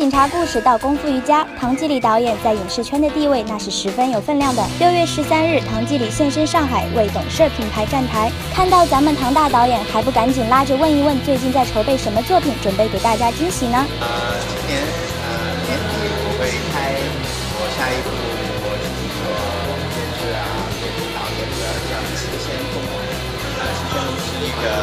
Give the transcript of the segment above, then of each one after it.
警察故事到功夫瑜伽，唐季礼导演在影视圈的地位那是十分有分量的。6月13日，唐季礼现身上海，为董事品牌站台。看到咱们唐大导演，还不赶紧拉着问一问，最近在筹备什么作品，准备给大家惊喜呢？ 今年年底我会拍我下一部我自己所监制编剧导演的叫《七仙洞》。七仙洞是一个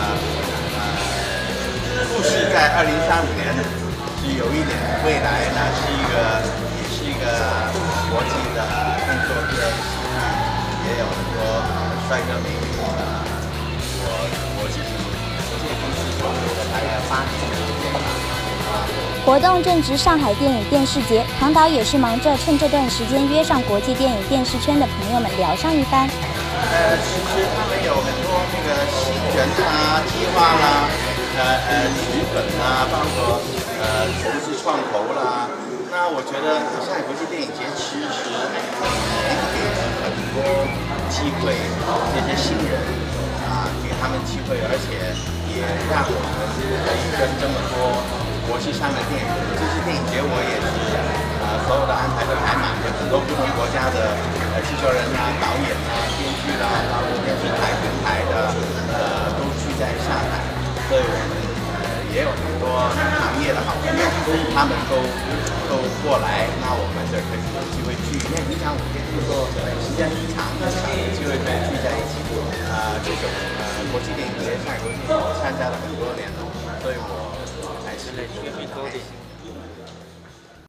故事在2035年。 是有一点未来呢，也是一个国际的动作片，也有很多帅哥美女我自己这部是创作了大概8年的时间吧。 活动正值上海电影电视节，唐导也是忙着趁这段时间约上国际电影电视圈的朋友们聊上一番。 其实他们有很多那个新人计划啦，剧本包括投资创投啦，那我觉得上海国际电影节其实也给了很多机会，这些新人给他们机会，而且也让我们可以跟这么多国际上的电影，这次电影节我也是所有的安排都排满了，很多不同国家的制作人导演编剧包括电视台、电台的都聚在上海，所以我们。 也有很多行业的好朋友，他们都过来，那我们这可以有机会聚。因为平常我们工作时间很长，有机会可以聚在一起。这种国际电影节、上海国际电影节参加了很多年了，所以我还是非常开心。